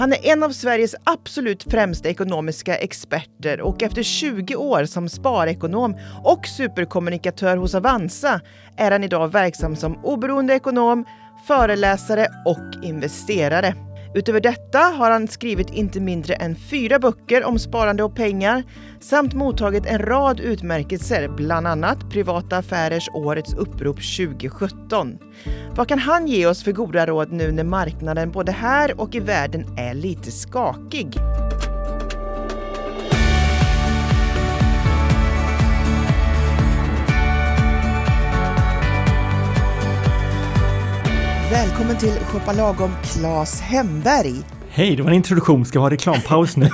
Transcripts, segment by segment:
Han är en av Sveriges absolut främsta ekonomiska experter och efter 20 år som sparekonom och superkommunikatör hos Avanza är han idag verksam som oberoende ekonom, föreläsare och investerare. Utöver detta har han skrivit inte mindre än 4 böcker om sparande och pengar samt mottagit en rad utmärkelser, bland annat Privata Affärers årets upprop 2017. Vad kan han ge oss för goda råd nu när marknaden både här och i världen är lite skakig? Välkommen till Shoppa Lagom, Claes Hemberg. Hej, det var en introduktion. Ska vi ha reklampaus nu?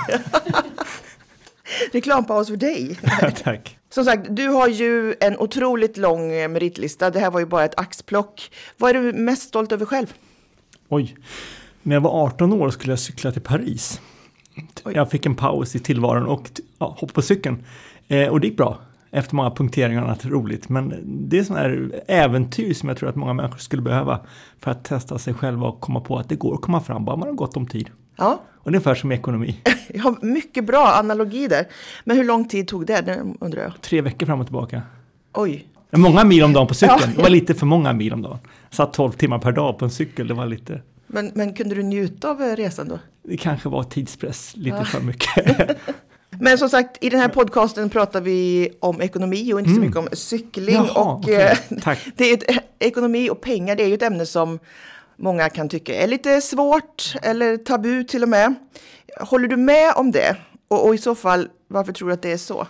Reklampaus för dig. Tack. Som sagt, du har ju en otroligt lång meritlista. Det här var ju bara ett axplock. Vad är du mest stolt över själv? Oj, när jag var 18 år skulle jag cykla till Paris. Oj. Jag fick en paus i tillvaron och hoppade på cykeln. Och det gick bra. Efter många punkteringar och annat roligt. Men det är sån här äventyr som jag tror att många människor skulle behöva för att testa sig själva och komma på att det går att komma fram bara man har gott om tid. Ja. Och det är ungefär som ekonomi. Jag har mycket bra analogi där. Men hur lång tid tog det, undrar jag? 3 veckor fram och tillbaka. Oj. Många mil om dagen på cykeln. Ja. Det var lite för många mil om dagen. Satt 12 timmar per dag på en cykel. Det var lite... Men kunde du njuta av resan då? Det kanske var tidspress. Lite för mycket. Men som sagt, i den här podcasten pratar vi om ekonomi och inte så mycket om cykling. Jaha, och tack. Det är ekonomi och pengar, det är ju ett ämne som många kan tycka är lite svårt eller tabu till och med. Håller du med om det? Och i så fall, varför tror du att det är så?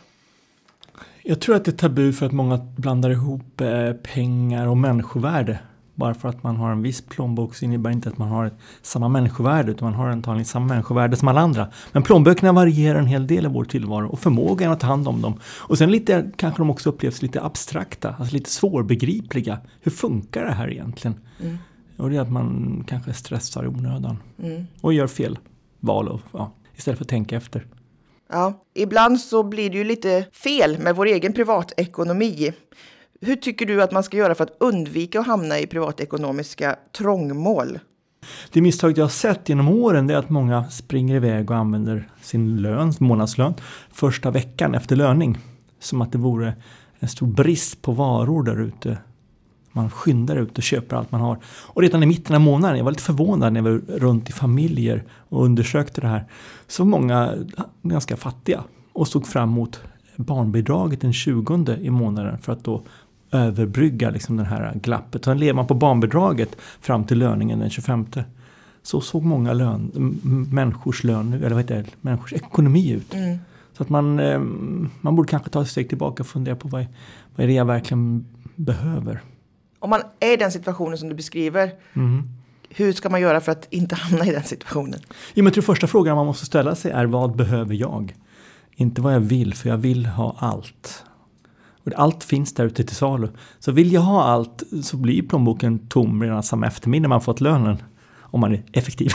Jag tror att det är tabu för att många blandar ihop pengar och människovärde. Bara för att man har en viss plånbok så innebär inte att man har samma människovärde, utan man har antagligen samma människovärde som alla andra. Men plånböckerna varierar en hel del i vår tillvaro och förmågan att ta hand om dem. Och sen lite, kanske de också upplevs lite abstrakta, alltså lite svårbegripliga. Hur funkar det här egentligen? Mm. Och det är att man kanske stressar i onödan och gör fel val istället för att tänka efter. Ja, ibland så blir det ju lite fel med vår egen privatekonomi. Hur tycker du att man ska göra för att undvika att hamna i privatekonomiska trångmål? Det misstag jag har sett genom åren är att många springer iväg och använder sin lön, månadslön, första veckan efter löning. Som att det vore en stor brist på varor där ute. Man skyndar ut och köper allt man har. Och redan i mitten av månaden, jag var lite förvånad när jag var runt i familjer och undersökte det här. Så många ganska fattiga och stod fram mot barnbidraget den 20 i månaden för att då överbrygga liksom den här glappet. Sen lever man på barnbidraget fram till löningen den 25. Så såg många människors människors ekonomi ut. Mm. Så att man borde kanske ta ett steg tillbaka och fundera på vad är det jag verkligen behöver. Om man är i den situationen som du beskriver, hur ska man göra för att inte hamna i den situationen? Ja, men jag tror första frågan man måste ställa sig är: vad behöver jag? Inte vad jag vill, för jag vill ha allt. Och allt finns där ute till salu. Så vill jag ha allt så blir plånboken tom redan samma eftermiddag man fått lönen. Om man är effektiv.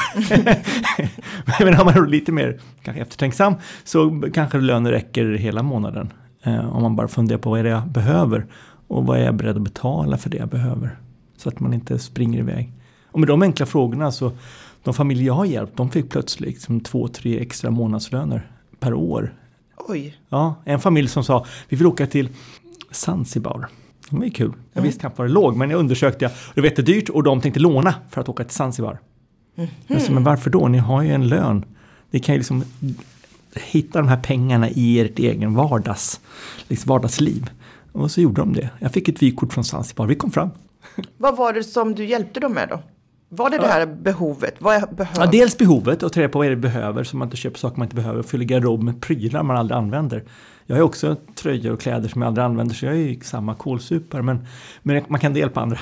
Men har man lite mer kanske eftertänksam så kanske lönen räcker hela månaden. Om man bara funderar på vad är det jag behöver. Och vad är jag beredd att betala för det jag behöver. Så att man inte springer iväg. Och med de enkla frågorna så de familjer jag har hjälpt, de fick plötsligt 2-3 extra månadslöner per år. Oj. Ja, en familj som sa vi vill åka till Zanzibar. Det var ju kul. Jag visste knappt var det låg, men jag undersökte. Det var jättedyrt och de tänkte låna för att åka till Zanzibar. Men varför då? Ni har ju en lön. Ni kan ju liksom hitta de här pengarna i ert egen vardagsliv. Och så gjorde de det. Jag fick ett vykort från Zanzibar. Vi kom fram. Vad var det som du hjälpte dem med då? Var det här behovet? Vad jag behöver? Ja, dels behovet och ta reda på vad det behöver så man inte köper saker man inte behöver och fyller garderob med prylar man aldrig använder. Jag har också tröjor och kläder som jag aldrig använder så jag är ju samma kolsupare men man kan hjälpa andra.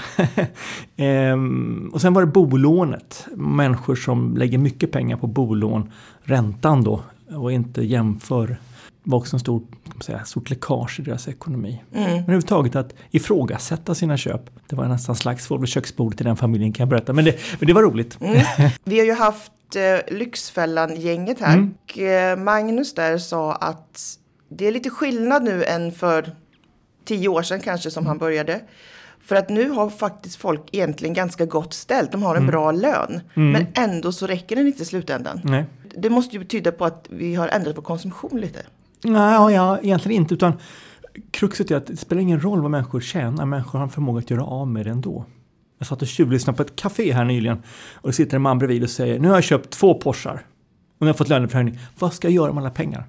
Och sen var det bolånet. Människor som lägger mycket pengar på bolån, räntan då och inte jämför var också en stort läckage i deras ekonomi. Men överhuvudtaget att ifrågasätta sina köp. Det var nästan slagsmål vid köksbordet i den familjen kan jag berätta. Men det var roligt. Vi har ju haft Lyxfällan-gänget här. Och Magnus där sa att det är lite skillnad nu än för 10 år sedan kanske som han började. För att nu har faktiskt folk egentligen ganska gott ställt. De har en bra lön. Men ändå så räcker den inte i slutändan. Nej. Det måste ju betyda på att vi har ändrat vår konsumtion lite. Nej, egentligen inte. Utan kruxet är att det spelar ingen roll vad människor tjänar. Människor har en förmåga att göra av med det ändå. Jag satt och tjuvlyssnade på ett café här nyligen. Och det sitter en man bredvid och säger, nu har jag köpt 2 Porschar. Och nu har jag fått löneförhöjning. Vad ska jag göra med alla pengar?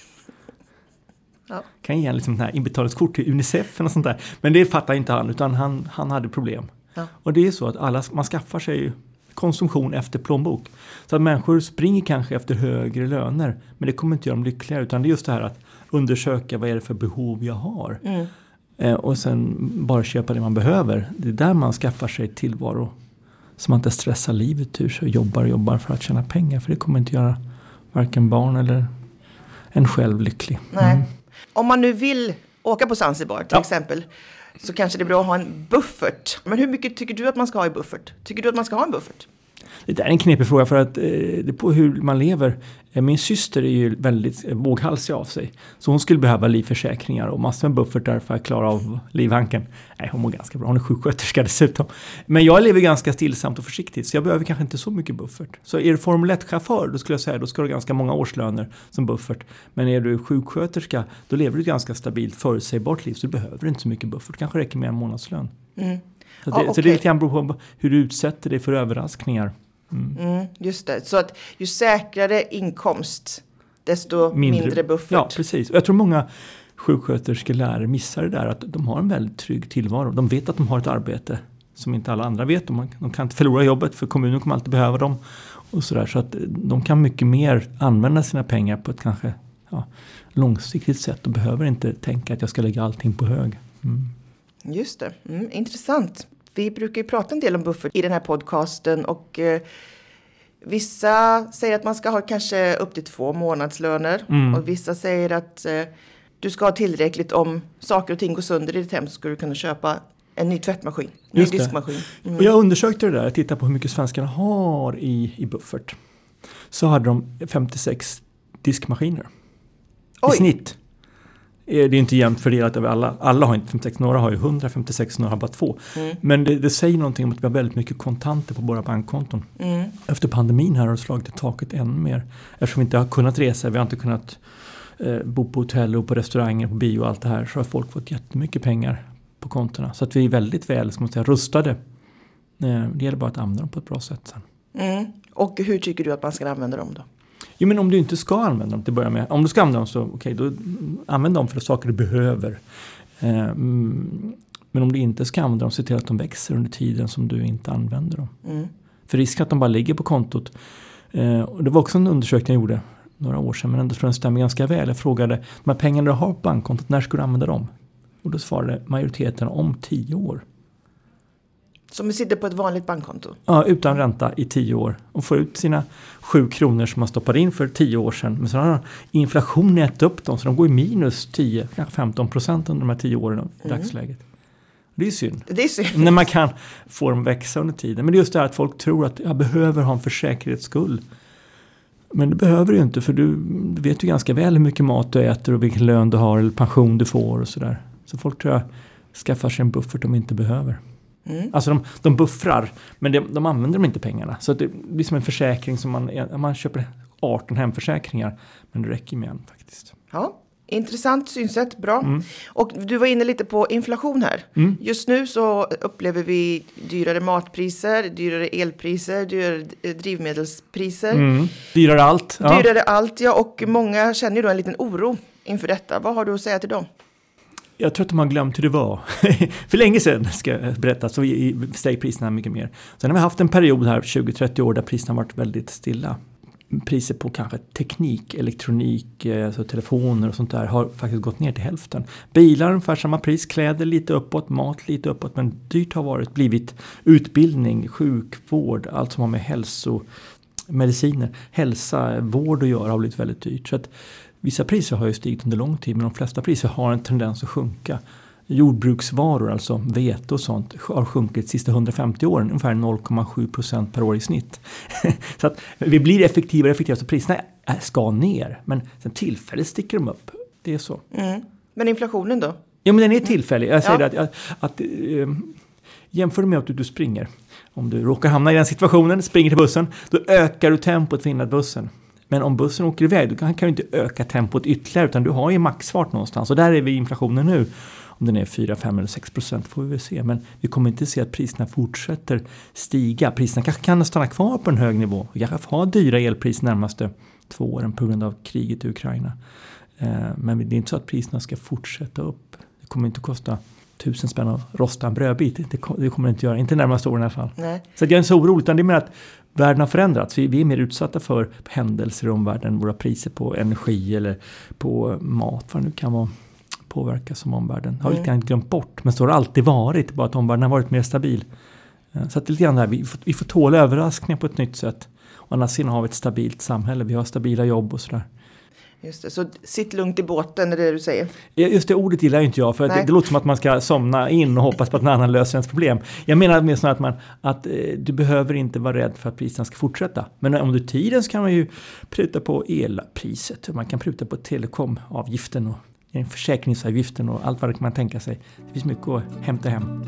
Ja. Kan ge en liksom här inbetalningskort till UNICEF och sånt där. Men det fattar inte han, utan han hade problem. Ja. Och det är så att man skaffar sig konsumtion efter plånbok. Så att människor springer kanske efter högre löner. Men det kommer inte göra dem lyckligare. Utan det är just det här att undersöka vad är det för behov jag har. Och sen bara köpa det man behöver. Det är där man skaffar sig tillvaro. Så man inte stressar livet ur sig och jobbar för att tjäna pengar. För det kommer inte göra varken barn eller en själv lycklig. Nej. Om man nu vill åka på Zanzibar till exempel, så kanske det är bra att ha en buffert. Men hur mycket tycker du att man ska ha i buffert? Tycker du att man ska ha en buffert? Det där är en knepig fråga för att det är på hur man lever. Min syster är ju väldigt våghalsig av sig. Så hon skulle behöva livförsäkringar och massor med buffertar för att klara av livhanken. Nej, hon mår ganska bra. Hon är sjuksköterska dessutom. Men jag lever ganska stillsamt och försiktigt så jag behöver kanske inte så mycket buffert. Så är du Formel 1-chaufför, då skulle jag säga då ska du ha ganska många årslöner som buffert. Men är du sjuksköterska, då lever du ett ganska stabilt förutsägbart liv så du behöver inte så mycket buffert. Kanske räcker med en månadslön. Så det är lite grann beror på hur du utsätter dig för överraskningar. Just det. Så att ju säkrare inkomst, desto mindre buffert. Ja, precis. Och jag tror många sjuksköterskor lärare missar det där. Att de har en väldigt trygg tillvaro. De vet att de har ett arbete som inte alla andra vet. De kan inte förlora jobbet för kommunen kommer alltid behöva dem. Och så där. Så att de kan mycket mer använda sina pengar på ett kanske långsiktigt sätt. Och behöver inte tänka att jag ska lägga allting på hög. Just det. Intressant. Vi brukar ju prata en del om buffert i den här podcasten och vissa säger att man ska ha kanske upp till 2 månadslöner och vissa säger att du ska ha tillräckligt om saker och ting går sönder i ditt hem så ska du kunna köpa en ny tvättmaskin, en ny diskmaskin. Och jag undersökte det där, jag tittade på hur mycket svenskarna har i buffert. Så hade de 56 diskmaskiner i snitt. Det är inte jämnt fördelat över alla. Alla har inte 56, några har ju 156, några har bara 2. Men det säger någonting om att vi har väldigt mycket kontanter på våra bankkonton. Efter pandemin här har det slagit i taket ännu mer. Eftersom vi inte har kunnat resa, vi har inte kunnat bo på hotell och på restauranger, på bio och allt det här. Så har folk fått jättemycket pengar på kontona. Så att vi är väldigt väl, ska man säga, rustade. Det gäller bara att använda dem på ett bra sätt sen. Och hur tycker du att man ska använda dem då? Jo, men om du inte ska använda dem till att börja med. Om du ska använda dem så då använd dem för saker du behöver. Men om du inte ska använda dem, se till att de växer under tiden som du inte använder dem. För risken att de bara ligger på kontot. Och det var också en undersökning jag gjorde några år sedan, men ändå tror jag den stämmer ganska väl. Jag frågade, de här pengarna du har på bankkontot, när ska du använda dem? Och då svarade majoriteten om 10 år. Som vi sitter på ett vanligt bankkonto? Ja, utan ränta i 10 år. Och får ut sina 7 kronor som man stoppade in för 10 år sedan. Men så har inflationen ätit upp dem så de går i minus 10, kanske 15% under de här 10 åren i dagsläget. Det är synd. Det är synd. När man kan få dem växa under tiden. Men det är just det här att folk tror att jag behöver ha en för säkerhets skull. Men det behöver du inte för du vet ju ganska väl hur mycket mat du äter och vilken lön du har eller pension du får och sådär. Så folk tror jag skaffar sig en buffert de inte behöver. Alltså de buffrar, men de använder de inte pengarna. Så det blir som en försäkring som man köper 18 hemförsäkringar, men det räcker med en faktiskt. Ja, intressant synsätt, bra. Och du var inne lite på inflation här. Just nu så upplever vi dyrare matpriser, dyrare elpriser, dyrare drivmedelspriser. Dyrare allt. Ja. Dyrare allt, ja. Och många känner ju då en liten oro inför detta. Vad har du att säga till dem? Jag tror att de har glömt hur det var. För länge sedan ska jag berätta så steg priserna mycket mer. Sen har vi haft en period här 20-30 år där priserna har varit väldigt stilla. Priser på kanske teknik, elektronik, alltså telefoner och sånt där har faktiskt gått ner till hälften. Bilar ungefär samma pris, kläder lite uppåt, mat lite uppåt, men dyrt har blivit utbildning, sjukvård, allt som har med mediciner, hälsa, vård att göra har blivit väldigt dyrt. Så att vissa priser har ju stigit under lång tid, men de flesta priser har en tendens att sjunka. Jordbruksvaror, alltså vete och sånt, har sjunkit de sista 150 åren, ungefär 0,7% per år i snitt. Så att vi blir effektivare, så priserna ska ner, men sen tillfälligt sticker de upp. Det är så. Men inflationen då? Ja, men den är tillfällig. Jag säger att jämför med att du springer. Om du råkar hamna i den situationen, springer till bussen, då ökar du tempot för att bussen. Men om bussen åker iväg, då kan du inte öka tempot ytterligare, utan du har ju maxfart någonstans. Och där är vi i inflationen nu. Om den är 4, 5 eller 6% får vi väl se. Men vi kommer inte se att priserna fortsätter stiga. Priserna kanske kan stanna kvar på en hög nivå. Vi kanske har dyra elpriser närmaste 2 åren på grund av kriget i Ukraina. Men det är inte så att priserna ska fortsätta upp. Det kommer inte att kosta 1000 spänn att rosta en brödbit. Det kommer det inte göra. Inte närmaste åren i alla fall. Nej. Så jag är inte så orolig, utan det är mer att världen har förändrats. Vi är mer utsatta för händelser i omvärlden. Våra priser på energi eller på mat, vad det nu kan vara, påverkas som omvärlden. Har lite grann glömt bort, men så har det alltid varit. Bara att omvärlden har varit mer stabil. Så att det är lite grann där, vi får tåla överraskningar på ett nytt sätt. Och annars har vi ett stabilt samhälle. Vi har stabila jobb och sådär. Just det, så sitt lugnt i båten är det du säger? Just det ordet gillar inte jag, för det låter som att man ska somna in och hoppas på att någon annan löser ens problem. Jag menar mer så att du behöver inte vara rädd för att priserna ska fortsätta. Men om du tiden så kan man ju pruta på elpriset. Man kan pruta på telekomavgiften och försäkringsavgiften och allt vad det kan man tänka sig. Det finns mycket att hämta hem.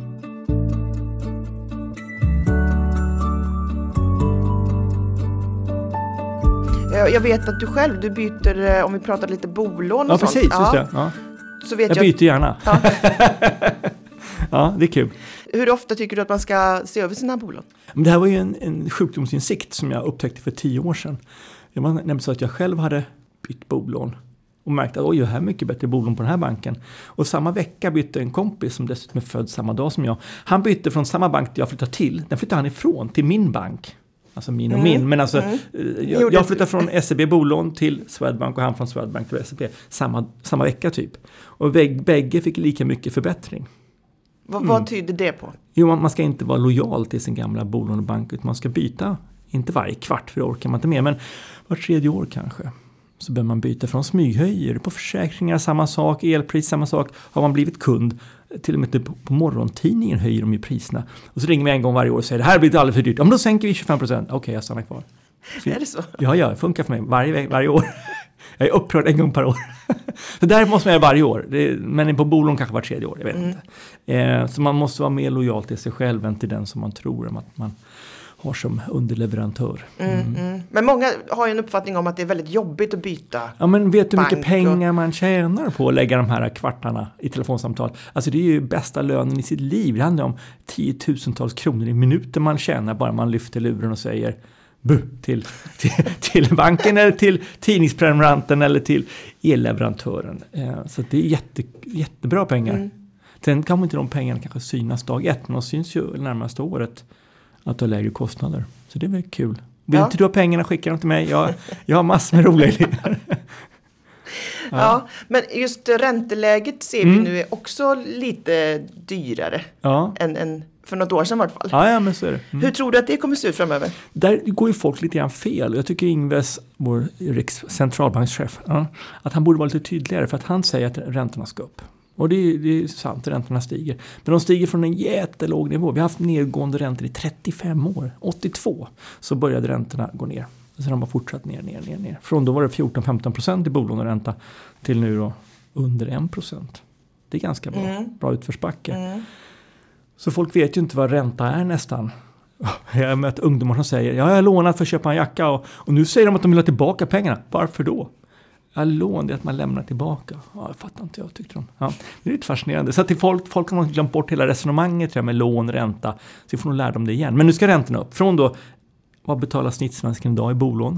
Jag vet att du själv byter, om vi pratar lite bolån och sånt. Precis, just det. Ja. Så vet jag byter gärna. Ja. Ja, det är kul. Hur ofta tycker du att man ska se över sina bolån? Men det här var ju en sjukdomsinsikt som jag upptäckte för 10 år sedan. Det var nämligen så att jag själv hade bytt bolån och märkte att jag har mycket bättre bolån på den här banken. Och samma vecka bytte en kompis som dessutom är född samma dag som jag. Han bytte från samma bank jag flyttade till. Den flyttade han ifrån till min bank. Alltså min och min. Men alltså, jag flyttade från SEB bolån till Swedbank och han från Swedbank till SEB. Samma vecka typ. Och bägge fick lika mycket förbättring. Vad tyder det på? Jo, man ska inte vara lojal till sin gamla bolånebank, utan man ska byta. Inte varje kvart, för det orkar man inte med. Men var 3:e år kanske. Så bör man byta från smyghöjer. På försäkringar samma sak, elpris samma sak. Har man blivit kund, till och med på morgontidningen höjer de ju priserna. Och så ringer vi en gång varje år och säger det här blir alldeles för dyrt. Då sänker vi 25%. Okej, jag stannar kvar. Så, är det så? Ja, det funkar för mig varje år. Jag är upprörd en gång per år. Så där måste man göra varje år. Men på bolån kanske var 3:e år, jag vet inte. Så man måste vara mer lojal till sig själv än till den som man tror att man har som underleverantör. Men många har ju en uppfattning om att det är väldigt jobbigt att byta. Ja, men vet du hur mycket pengar man tjänar på att lägga de här kvartarna i telefonsamtal? Alltså det är ju bästa lönen i sitt liv. Det handlar om 10 000-tals kronor i minuten man tjänar bara man lyfter luren och säger till banken eller till tidningsprenumeranten eller till elleverantören. Så det är jättebra pengar. Sen kan inte de pengarna kanske synas dag 1, men de syns ju närmaste året att du har lägre kostnader. Så det är väl kul. Vill inte du ha pengarna, skicka dem till mig. Jag har massor med roliga idéer. Ja, men just ränteläget ser vi nu är också lite dyrare än för något år sedan i alla fall. Ja, men så är det. Hur tror du att det kommer se ut framöver? Där går ju folk lite grann fel. Jag tycker Ingves, vår centralbankschef, att han borde vara lite tydligare, för att han säger att räntorna ska upp. Och det är sant, räntorna stiger. Men de stiger från en jättelåg nivå. Vi har haft nedgående räntor i 35 år. 82 så började räntorna gå ner. Så de har fortsatt ner. Från då var det 14-15% i bolåneränta till nu då under 1%. Det är ganska bra utförsbacke. Så folk vet ju inte vad ränta är nästan. Jag har mött ungdomar som säger jag har lånat för att köpa en jacka och nu säger de att de vill ha tillbaka pengarna. Varför då? Lån, det är att man lämnar tillbaka. Jag fattar inte, jag tyckte de. Det är lite fascinerande. Så att till folk har man glömt bort hela resonemanget med lån, ränta. Så vi får nog lära dem det igen. Men nu ska räntorna upp. Från då, vad betalar snittsvensken idag i bolån?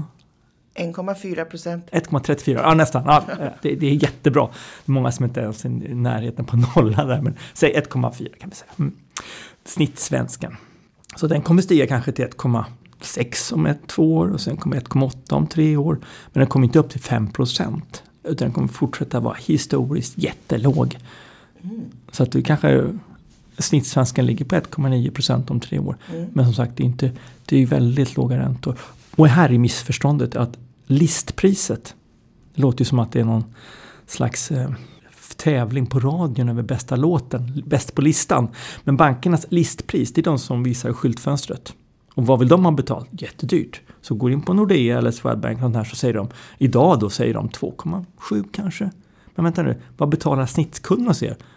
1,4%. 1,34, nästan. Det är jättebra. Många som inte ens är i närheten på nollan där. Men säg 1,4 kan vi säga. Snittsvensken. Så den kommer stiga kanske till 1,6 om 2 år och sen kommer 1,8 om 3 år. Men den kommer inte upp till 5%. Utan den kommer fortsätta vara historiskt jättelåg. Så att det kanske snittsvenskan ligger på 1,9% om 3 år. Men som sagt, det är väldigt låga räntor. Och här är missförståndet att listpriset, det låter ju som att det är någon slags tävling på radion över bästa låten, bäst på listan. Men bankernas listpris, det är de som visar skyltfönstret. Och vad vill de ha betalt? Jättedyrt. Så går in på Nordea eller Swedbank och här, så säger de, idag då säger de 2,7 kanske. Men vänta nu, vad betalar snittkunden och ser?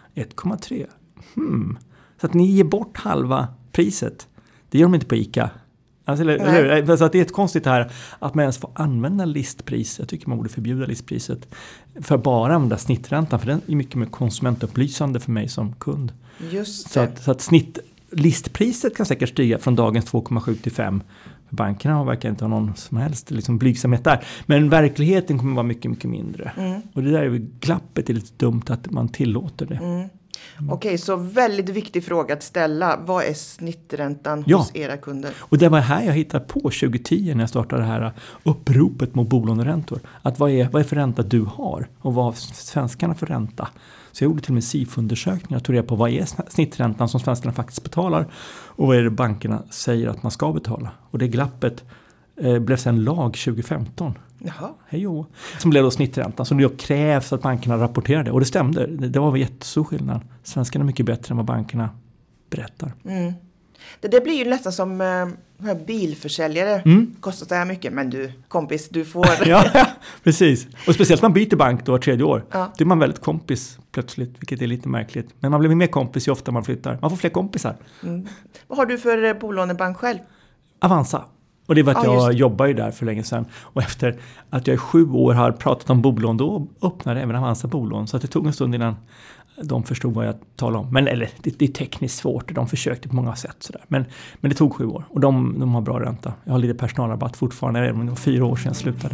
1,3. Så att ni ger bort halva priset. Det gör de inte på ICA. Alltså, eller, så att det är ett konstigt här att man ens får använda listpris. Jag tycker man borde förbjuda listpriset för bara använda snitträntan. För den är mycket mer konsumentupplysande för mig som kund. Just det. Så att listpriset kan säkert stiga från dagens 2,7 till 5. För bankerna verkar inte ha någon som helst liksom blygsamhet där. Men verkligheten kommer vara mycket, mycket mindre. Och det där är glappet är lite dumt att man tillåter det. Okej, så väldigt viktig fråga att ställa. Vad är snitträntan hos era kunder? Och det var här jag hittade på 2010 när jag startade det här uppropet mot bolåneräntor. Att vad är för ränta du har och vad har svenskarna för ränta? Så jag gjorde till och med SIF-undersökningar och tog reda på vad är snitträntan som svenskarna faktiskt betalar och vad är det bankerna säger att man ska betala. Och det glappet blev sedan lag 2015. Jaha. Hejo. Som blev då snitträntan. Så det krävs att bankerna rapporterade. Och det stämde. Det var jättestor skillnad. Svenskarna är mycket bättre än vad bankerna berättar. Det blir ju nästan som bilförsäljare. Kostar så här mycket. Men du, kompis, du får... Ja, precis. Och speciellt när man byter bank då 3:e år. Ja. Då är man väldigt kompis plötsligt. Vilket är lite märkligt. Men man blir mer kompis ju ofta man flyttar. Man får fler kompisar. Vad har du för bolånebank själv? Avanza. Och det var att jag jobbar ju där för länge sedan. Och efter att jag i 7 år har pratat om bolån, då öppnade även Avanza bolån. Så att det tog en stund innan de förstod vad jag talade om. Men det är tekniskt svårt. De försökte på många sätt. Sådär. Men det tog 7 år. Och de har bra ränta. Jag har lite personalrabatt fortfarande. Även om det var 4 år sedan jag slutade.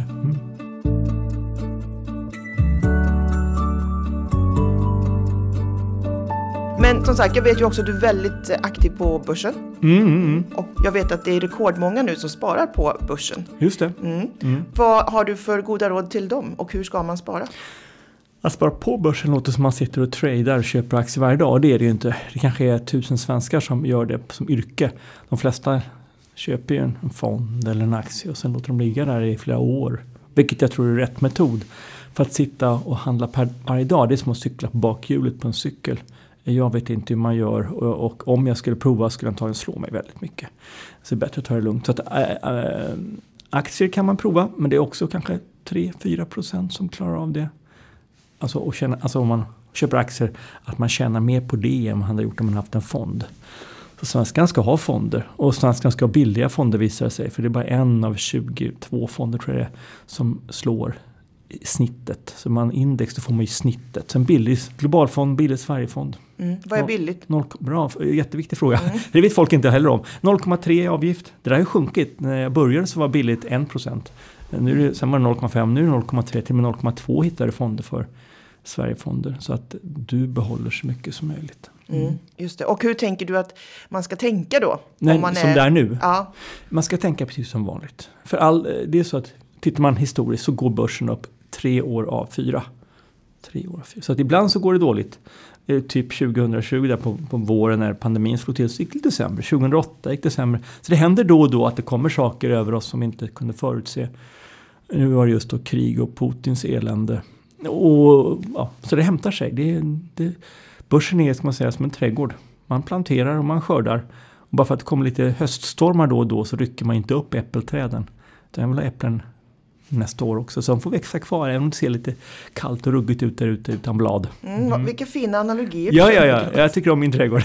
Men som sagt, jag vet ju också att du är väldigt aktiv på börsen. Och jag vet att det är rekordmånga nu som sparar på börsen. Just det. Vad har du för goda råd till dem och hur ska man spara? Att spara på börsen låter som man sitter och tradar och köper aktier varje dag. Det är det ju inte. Det kanske är 1000 svenskar som gör det som yrke. De flesta köper ju en fond eller en aktie och sen låter de ligga där i flera år. Vilket jag tror är rätt metod. För att sitta och handla varje dag, det är som att cykla på bakhjulet på en cykel. Jag vet inte hur man gör och om jag skulle prova skulle antagligen slå mig väldigt mycket. Så det är bättre att ta det lugnt. Så att, aktier kan man prova, men det är också kanske 3-4% som klarar av det. Alltså om man köper aktier, att man tjänar mer på det än man hade gjort om man haft en fond. Så svenskarna ska ha fonder och svenskarna ska ha billiga fonder visar det sig. För det är bara en av 22 fonder tror jag det är, som slår snittet. Så man index då får man ju snittet. Så en billig globalfond, billig Sverigefond. Vad är billigt? Bra, jätteviktig fråga. Det vet folk inte heller om. 0,3 avgift. Det där har ju sjunkit. När jag började så var billigt 1%. Sen var det 0,5, nu är det 0,3 till med 0,2 hittade fonder för Sverigefonder. Så att du behåller så mycket som möjligt. Just det. Och hur tänker du att man ska tänka då? Nej, som det är nu? Ja. Man ska tänka precis som vanligt. För det är så att tittar man historiskt så går börsen upp 3 år av 4. 3 år av 4. Så att ibland så går det dåligt. Typ 2020 där på våren när pandemin slog till så gick det lite sämre. 2008 gick det sämre. Så det händer då och då att det kommer saker över oss som vi inte kunde förutse. Nu var det just då krig och Putins elände. Och, ja, så det hämtar sig. Börsen är, ska man säga, som en trädgård. Man planterar och man skördar. Och bara för att det kommer lite höststormar då och då så rycker man inte upp äppelträden. Jag vill ha äpplen nästa år också. Så de får växa kvar även om det ser lite kallt och ruggigt ut där ute utan blad. Vilka fina analogier. Ja. Jag tycker om min trädgård.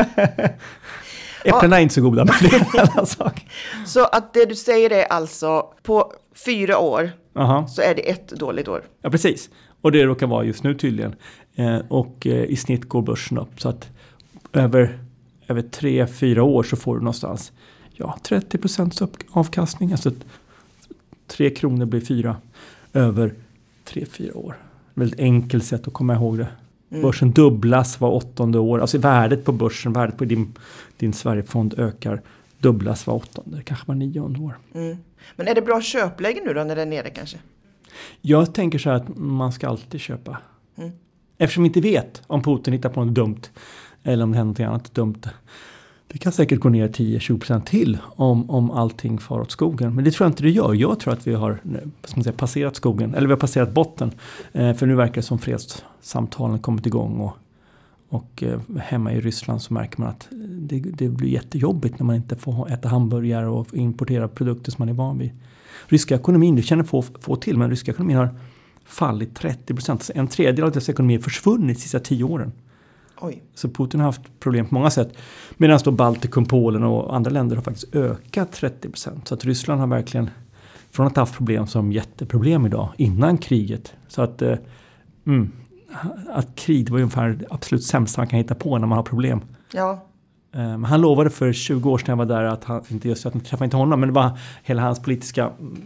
Äpplena är inte så goda, men det är en annan sak. Så att det du säger är alltså på 4 år så är det ett dåligt år. Ja, precis. Och det råkar vara just nu tydligen. Och i snitt går börsen upp. Så att över 3-4 år så får du någonstans 30% avkastning. Alltså 3 kronor blir 4 över 3-4 år. Väldigt enkelt sätt att komma ihåg det. Börsen dubblas var 8:e år. Alltså värdet på börsen, värdet på din Sverigefond ökar. Dubblas var 8:e, kanske var 9:e år. Men är det bra köpläge nu då när det är nere kanske? Jag tänker så här att man ska alltid köpa. Eftersom vi inte vet om Putin hittar på något dumt. Eller om det händer något annat dumt. Det kan säkert gå ner 10-20% till om allting far åt skogen. Men det tror jag inte det gör. Jag tror att vi har passerat skogen. Eller vi har passerat botten. För nu verkar det som fredssamtalen kommit igång. Och hemma i Ryssland så märker man att det blir jättejobbigt när man inte får äta hamburgare och importera produkter som man är van vid. Ryska ekonomin, det känner få till, men ryska ekonomin har fallit 30%. En tredjedel av dess ekonomi är försvunnit de sista 10 åren. Oj. Så Putin har haft problem på många sätt. Medan då Baltikum, Polen och andra länder har faktiskt ökat 30%. Så att Ryssland har verkligen, från att ha haft problem som jätteproblem idag, innan kriget. Så att krig var ungefär det absolut sämsta man kan hitta på när man har problem. Ja. Han lovade för 20 år sedan jag var där att han, inte just att jag träffade inte honom, men det var hela hans politiska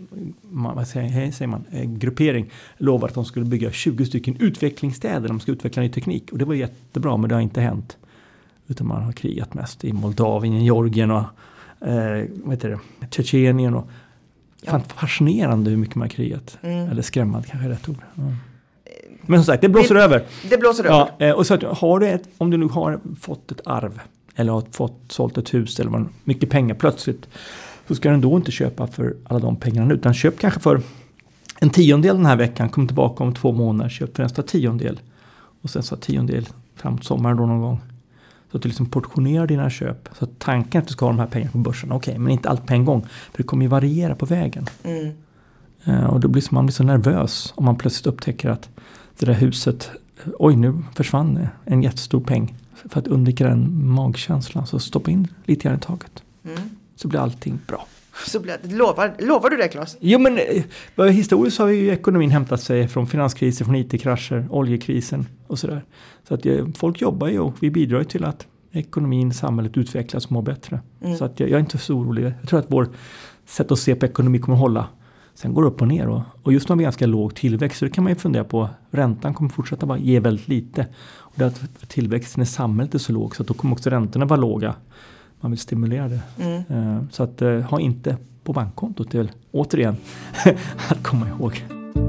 gruppering lovade att de skulle bygga 20 stycken utvecklingsstäder. De ska utveckla ny teknik och det var jättebra, men det har inte hänt. Utan man har krigat mest i Moldavien, Georgien och Tjetjenien och fascinerande hur mycket man har krigat. Eller skrämmande kanske är rätt ord. Ja. Men som sagt, det blåser över. Det blåser över. Ja, och så att om du nu har fått ett arv eller har sålt ett hus eller mycket pengar plötsligt, så ska du då inte köpa för alla de pengarna nu, utan köp kanske för en 10% den här veckan, kom tillbaka om 2 månader, köp för nästa 10% och sen så 10% fram till sommaren då någon gång. Så att du liksom portionerar dina köp. Så att tanken att du ska ha de här pengarna på börsen, okej, men inte allt på en gång, för det kommer ju variera på vägen. Och då blir man så nervös om man plötsligt upptäcker att det där huset, nu försvann en jättestor peng. För att undvika den magkänslan, så stoppa in lite grann i taget. Så blir allting bra. Så lovar du det, Claes? Jo, men historiskt har ju ekonomin hämtat sig från finanskriser, från IT-krascher, oljekrisen och sådär. Så att folk jobbar ju och vi bidrar ju till att ekonomin, samhället utvecklas och mår bättre. Så att jag är inte så orolig. Jag tror att vår sätt att se på ekonomi kommer hålla. Sen går det upp och ner. Och just nu har vi ganska låg tillväxt, så det kan man ju fundera på. Räntan kommer fortsätta bara ge väldigt lite. Och det är att tillväxten i samhället är så låg, så att då kommer också räntorna vara låga. Man vill stimulera det. Så att ha inte på bankkontot, det är väl återigen att komma ihåg.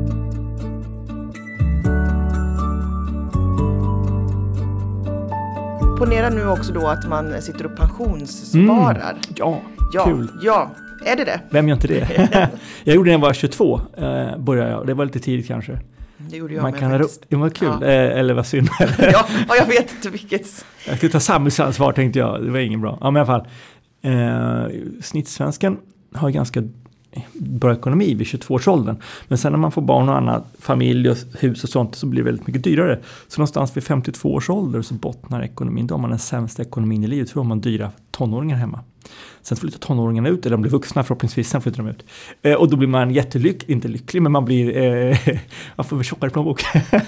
Ponera nu också då att man sitter och pensionssparar. Ja, kul. Ja, är det? Vem gör inte det? Jag gjorde det när jag var 22, började jag. Det var lite tidigt kanske. Det gjorde jag man med kan faktiskt. Det var kul, Ja. Eller vad synd. Ja, jag vet inte vilket. Jag skulle ta samhällsansvar, tänkte jag. Det var ingen bra. Ja, men i alla fall. Snittsvenskan har ganska bra ekonomi vid 22-årsåldern. Men sen när man får barn och annat, familj och hus och sånt, så blir det väldigt mycket dyrare. Så någonstans vid 52 års ålder så bottnar ekonomin. Då har man den sämsta ekonomin i livet, för då har man dyra tonåringar hemma. Sen flyttar tonåringarna ut, eller de blir vuxna förhoppningsvis, sen flyttar de ut. Och då blir man inte lycklig, men man blir, man får väl tjockare plånbok.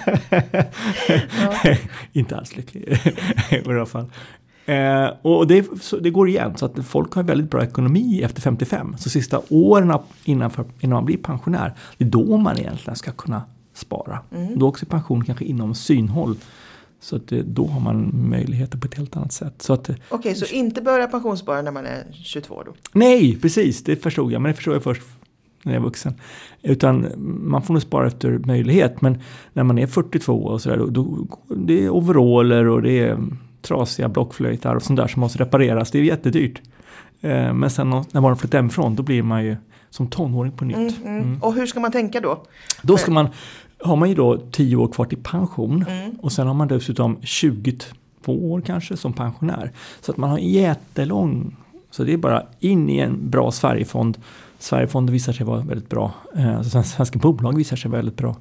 Inte alls lycklig i alla fall. Och det går igen, så att folk har väldigt bra ekonomi efter 55. Så sista åren innan man blir pensionär, det är då man egentligen ska kunna spara. Då också pension kanske inom synhåll. Så att då har man möjligheter på ett helt annat sätt. Okej, så inte börja pensionsspara när man är 22 då? Nej, precis. Det förstod jag. Men det förstod jag först när jag är vuxen. Utan man får nog spara efter möjlighet. Men när man är 42 och sådär, då det är overaller och det är trasiga blockflöjtar och sånt där som måste repareras. Det är jättedyrt. Men sen när man flyttar hemifrån, då blir man ju som tonåring på nytt. Och hur ska man tänka då? Då har man ju då 10 år kvar till pension. Och sen har man dessutom 22 år kanske som pensionär. Så att man har jättelång. Så det är bara in i en bra Sverigefond. Sverigefonden visar sig vara väldigt bra. Så svenska bolag visar sig väldigt bra.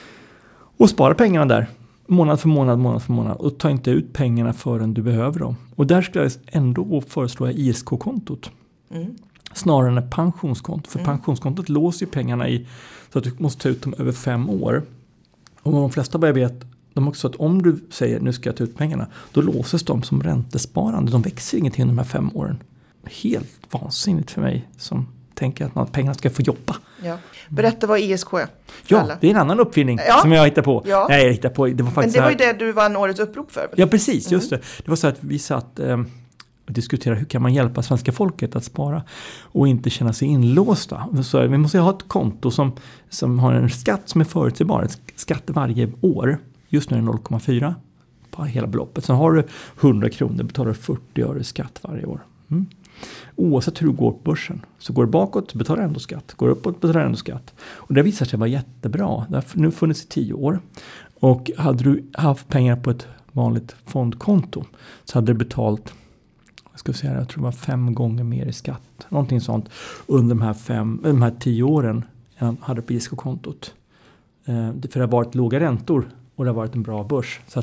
Och spara pengarna där. Månad för månad. Och ta inte ut pengarna förrän du behöver dem. Och där skulle jag ändå föreslå ISK-kontot. Snarare än pensionskonto. För pensionskontot låser ju pengarna i, så att du måste ta ut dem över 5 år. Och de flesta börjar veta, de också att om du säger nu ska jag ta ut pengarna, då låses de som räntesparande. De växer ingenting de här 5 åren. Helt vansinnigt för mig som tänker att pengarna ska få jobba. Ja. Berätta vad ISK är. Ja, det är en annan uppfinning som jag hittar på. Ja. Nej, jag hittar på. Det var faktiskt men det var ju det du vann årets upprop för. Ja, precis. Just det. Det var så att vi satt och diskuterade hur kan man hjälpa svenska folket att spara och inte känna sig inlåsta. Så vi måste ha ett konto som har en skatt som är förutsägbar. Skatt varje år. Just nu är det 0,4 på hela beloppet. Sen har du 100 kronor, betalar du 40 öre skatt varje år. Oavsett hur du går på börsen. Så går det bakåt, betalar ändå skatt. Går uppåt, betalar ändå skatt. Och det visar sig vara jättebra. Det har nu funnits i 10 år. Och hade du haft pengar på ett vanligt fondkonto så hade du betalt, jag tror det var 5 gånger mer i skatt. Någonting sånt under de här 10 åren än hade på ISK-kontot. För det har varit låga räntor och det har varit en bra börs. Så att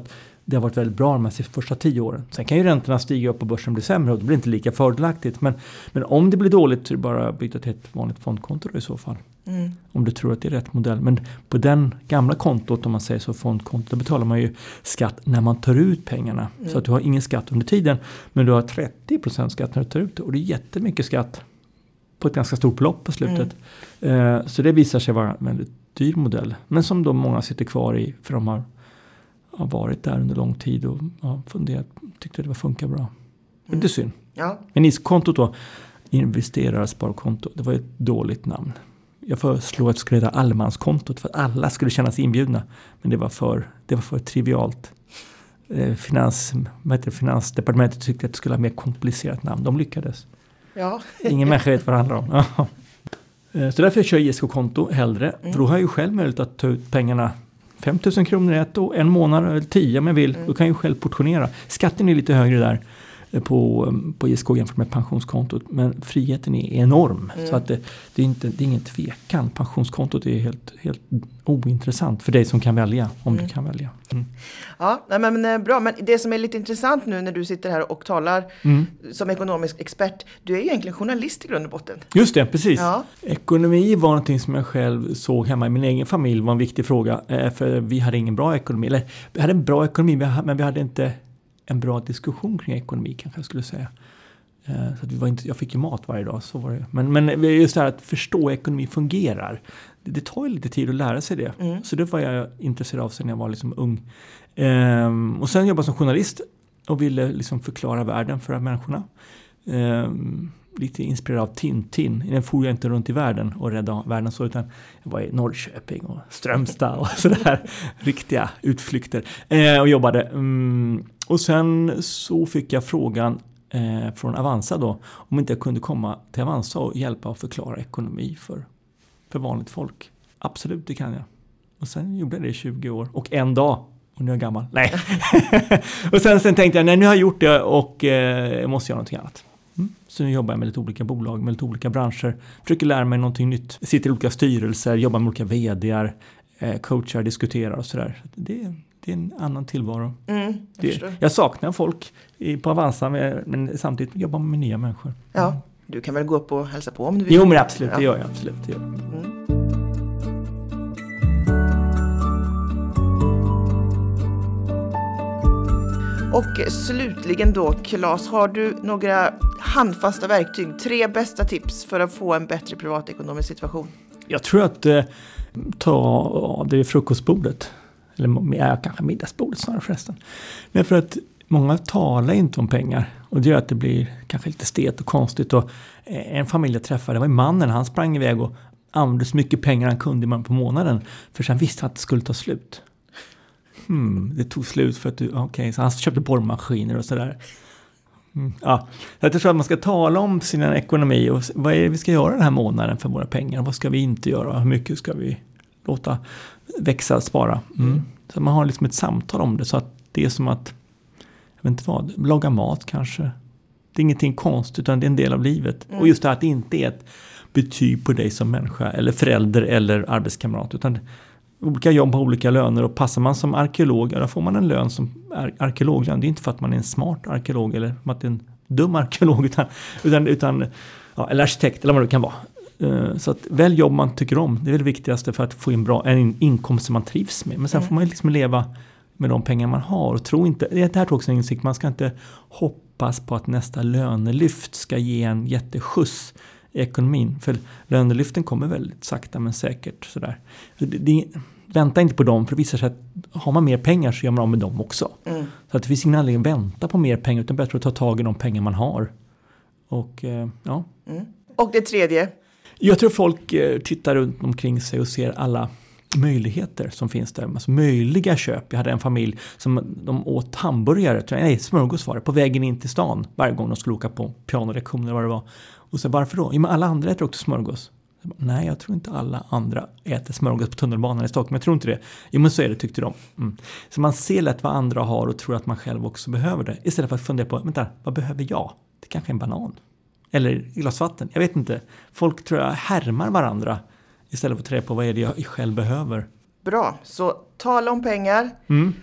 det har varit väldigt bra de första 10 åren. Sen kan ju räntorna stiga upp och börsen blir sämre och det blir inte lika fördelaktigt. Men om det blir dåligt så är det bara att byta till ett vanligt fondkonto i så fall. Om du tror att det är rätt modell. Men på den gamla kontot, om man säger så, fondkontot, då betalar man ju skatt när man tar ut pengarna. Så att du har ingen skatt under tiden, men du har 30% skatt när du tar ut det. Och det är jättemycket skatt på ett ganska stort belopp på slutet. Så det visar sig vara en väldigt dyr modell. Men som då många sitter kvar i, för de har varit där under lång tid och funderat, tyckte det funkar bra. Men det är synd. Ja. Men ISK-kontot då, investerarsparkonto, det var ett dåligt namn. Jag föreslog att det skulle heta allemanskontot för att alla skulle sig inbjudna. Men det var för trivialt. Finansdepartementet tyckte att det skulle ha mer komplicerat namn. De lyckades. Ja. Ingen människa vet vad det handlar om. Så därför kör jag ISK-konto hellre. För då har jag ju själv möjlighet att ta ut pengarna 5 000 kronor i ett år, en månad eller 10 om jag vill. Då kan jag ju själv portionera. Skatten är lite högre där på ISK jämfört med pensionskontot. Men friheten är enorm. Så att det är ingen tvekan. Pensionskontot är helt ointressant för dig som kan välja. Om du kan välja. Ja, men bra. Men det som är lite intressant nu när du sitter här och talar som ekonomisk expert. Du är ju egentligen journalist i grund och botten. Just det, precis. Ja. Ekonomi var någonting som jag själv såg hemma i min egen familj. Var en viktig fråga. För vi hade ingen bra ekonomi. Eller vi hade en bra ekonomi men vi hade inte en bra diskussion kring ekonomi kanske jag skulle säga. Så att jag fick ju mat varje dag, så var det. Men just det här att förstå ekonomi fungerar. Det tar ju lite tid att lära sig det. Så det var jag intresserad av när jag var liksom ung. Och sen jobbade jag som journalist och ville liksom förklara världen för människorna. Lite inspirerad av Tintin. Den for jag inte runt i världen och rädda världen så, utan jag var i Norrköping och Strömstad och sådär. Riktiga utflykter. Och jobbade. Och sen så fick jag frågan från Avanza då, om inte jag kunde komma till Avanza och hjälpa att förklara ekonomi för vanligt folk. Absolut, det kan jag. Och sen gjorde jag det i 20 år. Och en dag. Och nu är jag gammal. Nej. Och sen tänkte jag, nej, nu har jag gjort det och jag måste göra någonting annat. Så nu jobbar jag med lite olika bolag, med lite olika branscher. Försöker lära mig någonting nytt. Sitter i olika styrelser, jobbar med olika vd:ar, coachar, diskuterar och sådär. Det är en annan tillvaro. Jag saknar folk på Avanza, men samtidigt jobbar med nya människor. Ja, du kan väl gå upp och hälsa på om du vill. Jo, men absolut, det gör jag absolut. Det gör jag. Och slutligen då, Claes, har du några handfasta verktyg, 3 bästa tips för att få en bättre privatekonomisk situation? Jag tror att ta det frukostbordet. Eller kanske middagsbordet snarare förresten. Men för att många talar inte om pengar. Och det gör att det blir kanske lite stelt och konstigt. Och en familj jag träffade, det var mannen, han sprang iväg och använde så mycket pengar han kunde på månaden. För sen visste han att det skulle ta slut. Det tog slut för att så han köpte borrmaskiner och sådär. Ja, jag tror att man ska tala om sin ekonomi och vad är det vi ska göra den här månaden för våra pengar. Vad ska vi inte göra? Hur mycket ska vi låta växa, spara? Så man har liksom ett samtal om det, så att det är som att, jag vet inte vad, laga mat kanske. Det är ingenting konstigt, utan det är en del av livet. Och just det här att det inte är ett betyg på dig som människa eller förälder eller arbetskamrat, utan olika jobb har olika löner, och passar man som arkeolog, då får man en lön som arkeologlön. Det är inte för att man är en smart arkeolog eller för att det är en dum arkeolog, utan eller arkitekt eller vad det kan vara. Så att välj jobb man tycker om. Det är det viktigaste för att få en inkomst som man trivs med. Men sen får man liksom leva med de pengar man har. Och tro inte, det här är också en insikt, man ska inte hoppas på att nästa lönelyft ska ge en jätteskjuts i ekonomin. För lönelyften kommer väldigt sakta men säkert. Sådär. Vänta inte på dem, för det visar sig att har man mer pengar så gör man av med dem också. Så att det finns ingen anledning att vänta på mer pengar, utan bättre att ta tag i de pengar man har. Och Och det tredje? Jag tror folk tittar runt omkring sig och ser alla möjligheter som finns där. Alltså möjliga köp. Jag hade en familj som de åt hamburgare. Smörgås var det, på vägen in till stan. Varje gång de skulle åka på pianorektion eller vad det var. Och så varför då? Ja, men alla andra äter också smörgås. Nej, jag tror inte alla andra äter smörgås på tunnelbanan i Stockholm. Jag tror inte det. Jo, men så är det, tyckte de. Så man ser lätt vad andra har och tror att man själv också behöver det. Istället för att fundera på, vänta, vad behöver jag? Det kanske är en banan. Eller glas vatten. Jag vet inte. Folk tror jag härmar varandra istället för att ta reda på vad är det jag själv behöver. Bra. Så tala om pengar.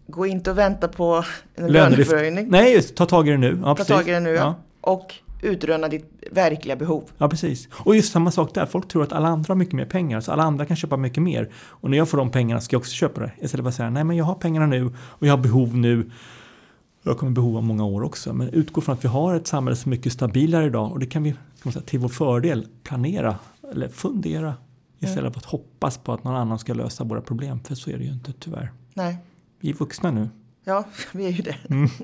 Gå inte och vänta på en löneförhöjning. Nej, just ta tag i det nu. Ja, ta tag i det nu, ja. Och utröna ditt verkliga behov. Ja, precis. Och just samma sak där. Folk tror att alla andra har mycket mer pengar. Så alla andra kan köpa mycket mer. Och när jag får de pengarna ska jag också köpa det. Istället för att säga, nej men jag har pengarna nu och jag har behov nu. Jag kommer behov av många år också. Men utgå från att vi har ett samhälle som är mycket stabilare idag. Och det kan vi till vår fördel planera eller fundera. Istället för att hoppas på att någon annan ska lösa våra problem. För så är det ju inte tyvärr. Nej. Vi är vuxna nu. Ja, vi är ju det.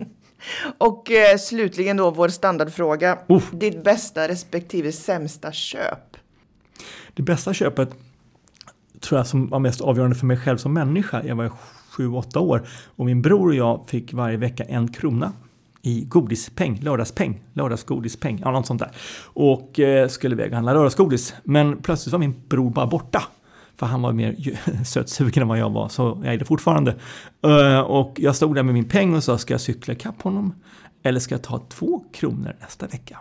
Och slutligen då vår standardfråga. Ditt bästa respektive sämsta köp? Det bästa köpet tror jag som var mest avgörande för mig själv som människa. Jag var 7-8 år och min bror och jag fick varje vecka 1 krona i godispeng, lördagsgodispeng, ja, något sånt där. Och skulle iväg och handla lördagsgodis. Men plötsligt var min bror bara borta. För han var mer sötsugen än vad jag var, så jag är det fortfarande. Och jag stod där med min peng och sa, ska jag cykla ikapp honom? Eller ska jag ta 2 kronor nästa vecka?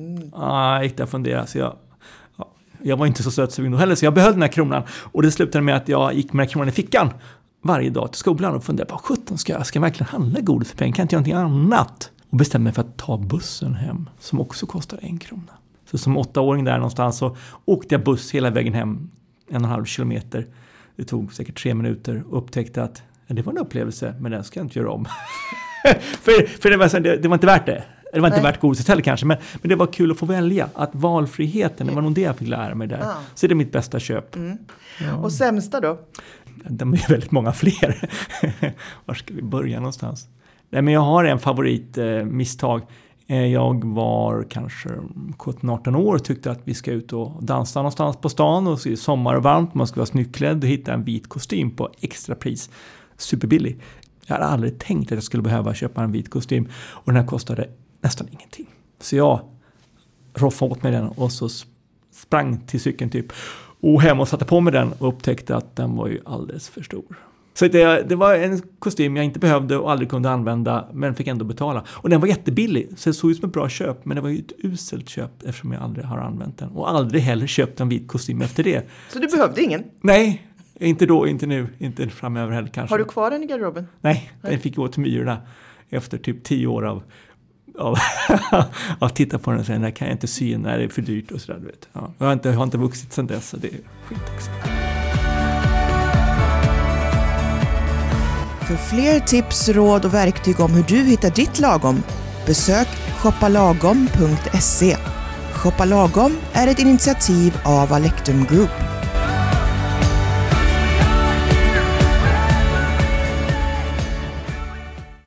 Jag gick där och funderade, så jag var inte så sötsugen då heller, så jag behöll den här kronan. Och det slutade med att jag gick med den här kronan i fickan varje dag till skolan och funderade på, 17 ska jag verkligen handla godis för pengar? Kan inte göra någonting annat? Och bestämde mig för att ta bussen hem, som också kostar 1 krona. Så som 8-åring där någonstans så åkte jag buss hela vägen hem, 1,5 kilometer. Det tog säkert 3 minuter och upptäckte att det var en upplevelse, men den ska jag inte göra om. för det var inte värt det. Det var inte värt godiset heller kanske, men det var kul att få välja. Att valfriheten, det var nog det jag fick lära mig där. Ja. Så det är mitt bästa köp. Ja. Och sämsta då? De är väldigt många fler. Var ska vi börja någonstans? Nej, men jag har en favorit misstag. Jag var kanske 17-18 år och tyckte att vi ska ut och dansa någonstans på stan och så sommar och varmt, man ska vara snyggledd och hitta en vit kostym på extra pris, superbillig. Jag hade aldrig tänkt att jag skulle behöva köpa en vit kostym och den här kostade nästan ingenting. Så jag roffade åt mig den och så sprang till cykeln typ och hem och satte på mig den och upptäckte att den var ju alldeles för stor. Så det var en kostym jag inte behövde och aldrig kunde använda, men fick ändå betala. Och den var jättebillig, så det såg ut som ett bra köp, men det var ju ett uselt köp eftersom jag aldrig har använt den. Och aldrig heller köpt en vit kostym efter det. Så du behövde ingen? Nej, inte då, inte nu, inte framöver heller kanske. Har du kvar den i garderoben? Nej, den fick gå till myrorna efter typ 10 år av att titta på den och säga, nej, kan jag inte sy, när det är för dyrt och sådär, du vet. Ja, jag har inte vuxit sedan dess, så det är skit också. För fler tips, råd och verktyg om hur du hittar ditt lagom, besök shoppalagom.se. Shoppa Lagom är ett initiativ av Alectum Group.